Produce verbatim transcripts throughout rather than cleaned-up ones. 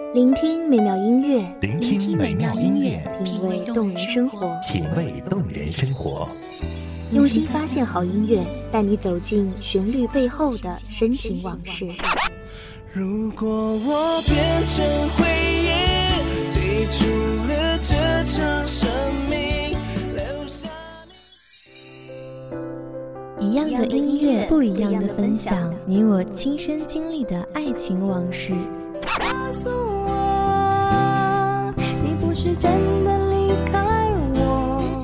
聆听美妙音乐， 聆听美妙音乐， 品味动人生活， 品味动人生活。 用心发现好音乐，带你走进旋律背后的深情往事。 如果我变成回忆，退出了这场生命，留下一样的音乐，不一样的分享，你我亲身经历的爱情往事。 告诉我，你不是真的离开我。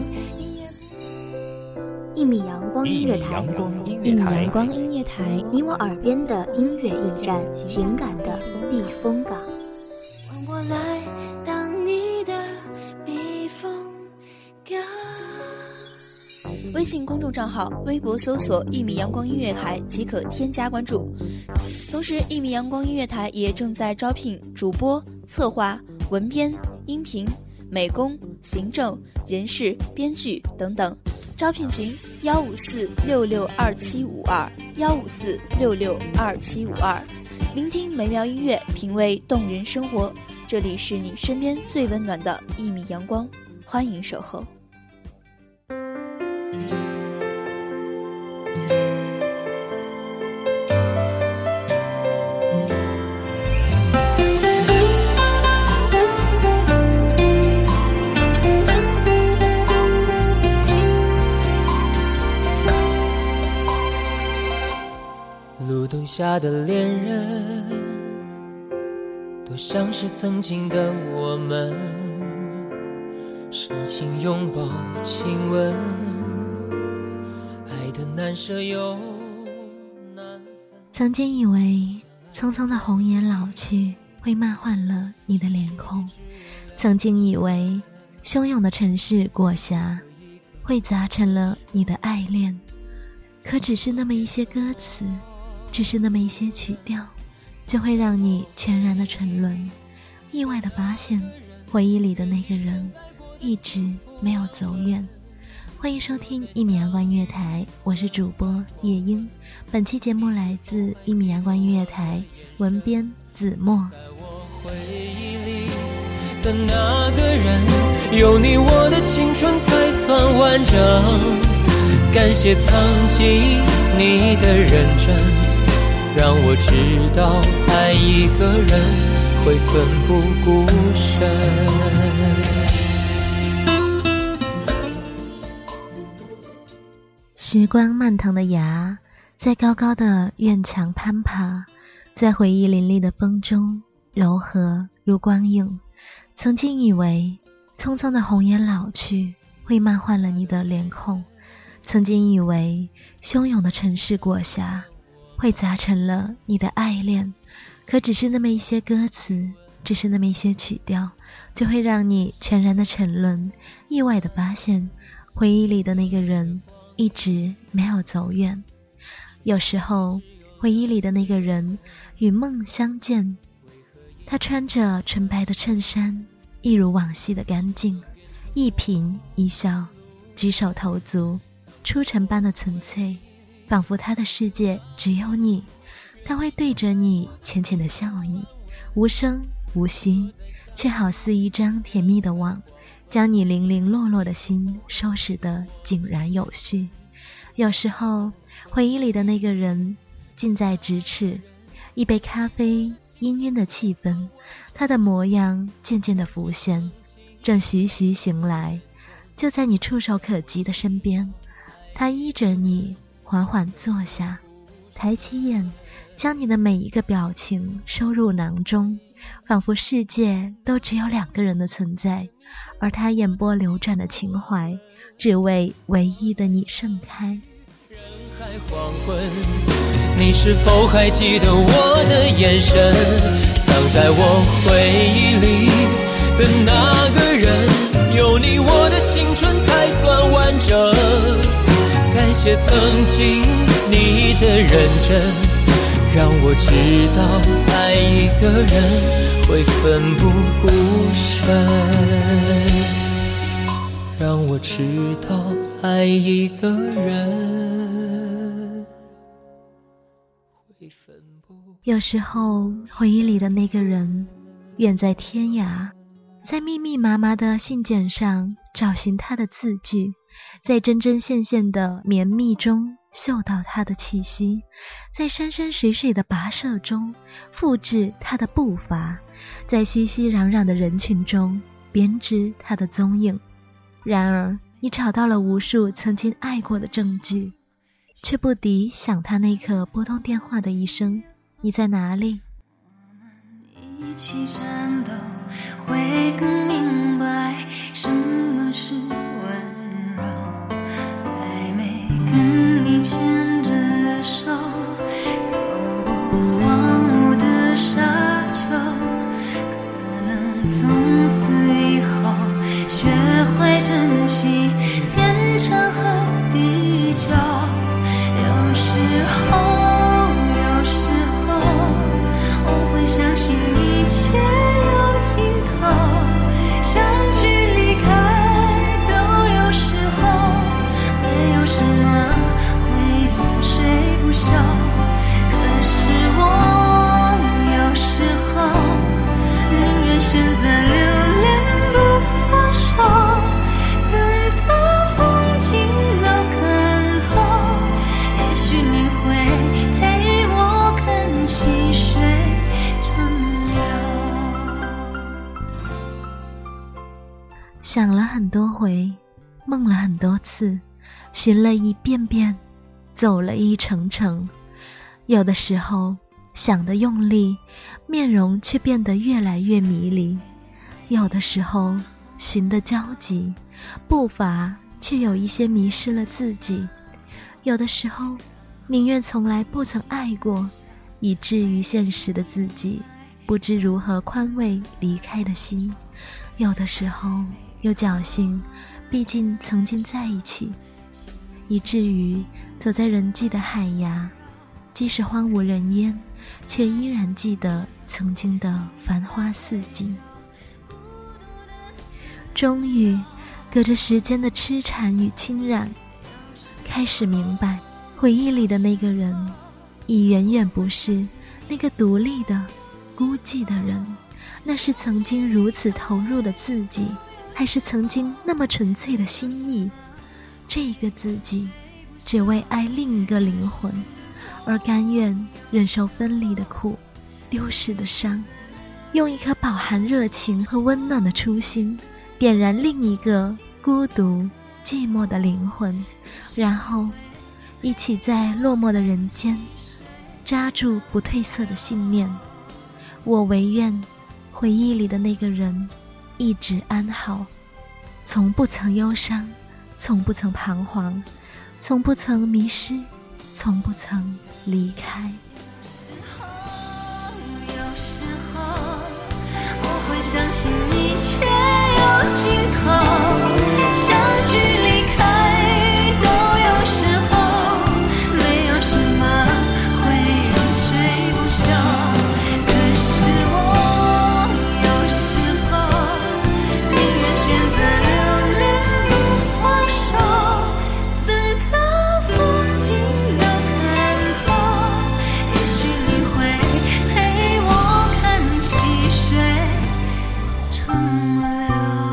一米阳光音乐台， 一米阳光音乐台， 你我耳边的音乐驿站，情感的避风港。 让我来当你的避风港。 微信公众账号、微博搜索“一米阳光音乐台”即可添加关注。同时，一米阳光音乐台也正在招聘主播、策划、文编、音频、美工、行政、人事、编剧等等。招聘群：幺五四六六二七五二幺五四六六二七五二。聆听美妙音乐，品味动人生活。这里是你身边最温暖的一米阳光，欢迎守候。 路灯下的恋人，多像是曾经的我们，深情拥抱亲吻，爱的难舍又难分。 曾经以为匆匆的红颜老去会漫换了你的脸孔，曾经以为汹涌的城市裹挟会砸成了你的爱恋，可只是那么一些歌词，只是那么一些曲调，就会让你全然的沉沦，意外的发现回忆里的那个人一直没有走远。欢迎收听一米阳光音乐台，我是主播叶英。本期节目来自一米阳光音乐台，文编子墨。 在我回忆里的那个人，有你我的青春才算完整。感谢曾经你的认真，让我知道爱一个人会奋不顾身。 时光蔓藤的芽在高高的院墙攀爬，在回忆林立的风中柔和如光影。曾经以为匆匆的红颜老去会漫换了你的脸孔，曾经以为汹涌的城市裹挟会砸成了你的爱恋，可只是那么一些歌词，只是那么一些曲调，就会让你全然的沉沦，意外的发现回忆里的那个人一直没有走远。有时候回忆里的那个人与梦相见，他穿着纯白的衬衫，一如往昔的干净，一颦一笑，举手投足，出尘般的纯粹，仿佛他的世界只有你。他会对着你浅浅的笑意，无声无息，却好似一张甜蜜的网，将你零零落落的心收拾得井然有序。有时候回忆里的那个人近在咫尺，一杯咖啡，氤氲的气氛，他的模样渐渐地浮现，正徐徐行来，就在你触手可及的身边。他依着你缓缓坐下，抬起眼，将你的每一个表情收入囊中，仿佛世界都只有两个人的存在，而他眼波流转的情怀只为唯一的你盛开。 人海黄昏，你是否还记得我的眼神？藏在我回忆里的那个人，有你我的青春才算完整。感谢曾经你的认真，让我知道爱一个人会奋不顾身，让我知道爱一个人会奋不。 有时候回忆里的那个人远在天涯，在密密麻麻的信笺上找寻他的字句，在针针线线的绵密中嗅到他的气息，在山山水水的跋涉中复制他的步伐，在熙熙攘攘的人群中编织他的踪影。然而你找到了无数曾经爱过的证据，却不敌想他那刻拨通电话的一声，你在哪里？ 一起战斗，会更明白什么是温柔。还没跟你牵着手，走过荒芜的沙丘，可能从此以后学会珍惜天长和地久。有时候有时候我会相信一切有尽头，相聚离开都有时候，没有什么会永垂不朽。可是我有时候宁愿选择留恋不放手，等到风景都看透，也许你会陪我看细水长流。 想了很多回，梦了很多次，寻了一遍遍，走了一程程。有的时候想得用力，面容却变得越来越迷离；有的时候寻得焦急，步伐却有一些迷失了自己；有的时候宁愿从来不曾爱过，以至于现实的自己不知如何宽慰离开的心；有的时候又侥幸毕竟曾经在一起，以至于走在人迹的海崖，即使荒无人烟，却依然记得曾经的繁花似锦。终于隔着时间的痴缠与侵染，开始明白回忆里的那个人已远远不是那个独立的孤寂的人，那是曾经如此投入的自己，还是曾经那么纯粹的心意？这个自己只为爱另一个灵魂，而甘愿忍受分离的苦，丢失的伤，用一颗饱含热情和温暖的初心点燃另一个孤独寂寞的灵魂，然后一起在落寞的人间扎住不褪色的信念。我唯愿回忆里的那个人一直安好，从不曾忧伤，从不曾彷徨，从不曾迷失，从不曾离开。 有时候我会相信一切有尽头，相聚离开都有时候，没有什么会永垂不朽。可是我有时候宁愿选择留恋不放手，等到风景都看透，也许你会陪我看细水长流。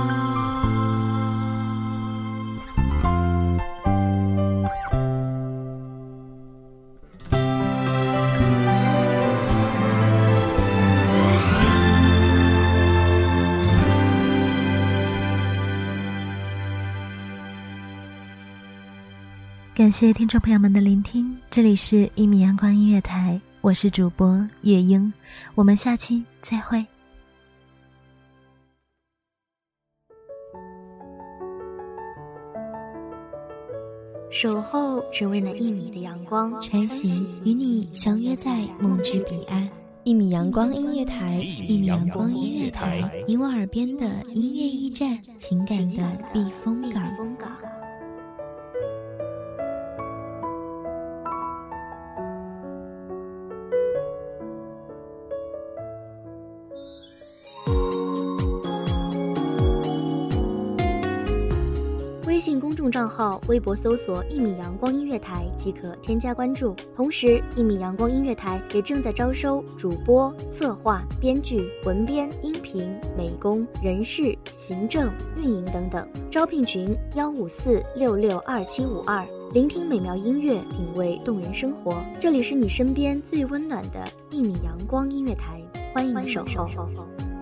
感谢听众朋友们的聆听，这里是一米阳光音乐台，我是主播夜莺，我们下期再会。 守候只为那一米的阳光， 穿行与你相约在梦之彼岸。一米阳光音乐台，一米阳光音乐台，你我耳边的音乐驿站，情感的避风港。 微信公众账号、微博搜索一米阳光音乐台即可添加关注。同时，一米阳光音乐台也正在招收主播、策划、编剧、文编、音频、美工、人事、行政、运营等等。招聘群幺五四六六二七五二。聆听美妙音乐，品味动人生活。这里是你身边最温暖的一米阳光音乐台，欢迎守候。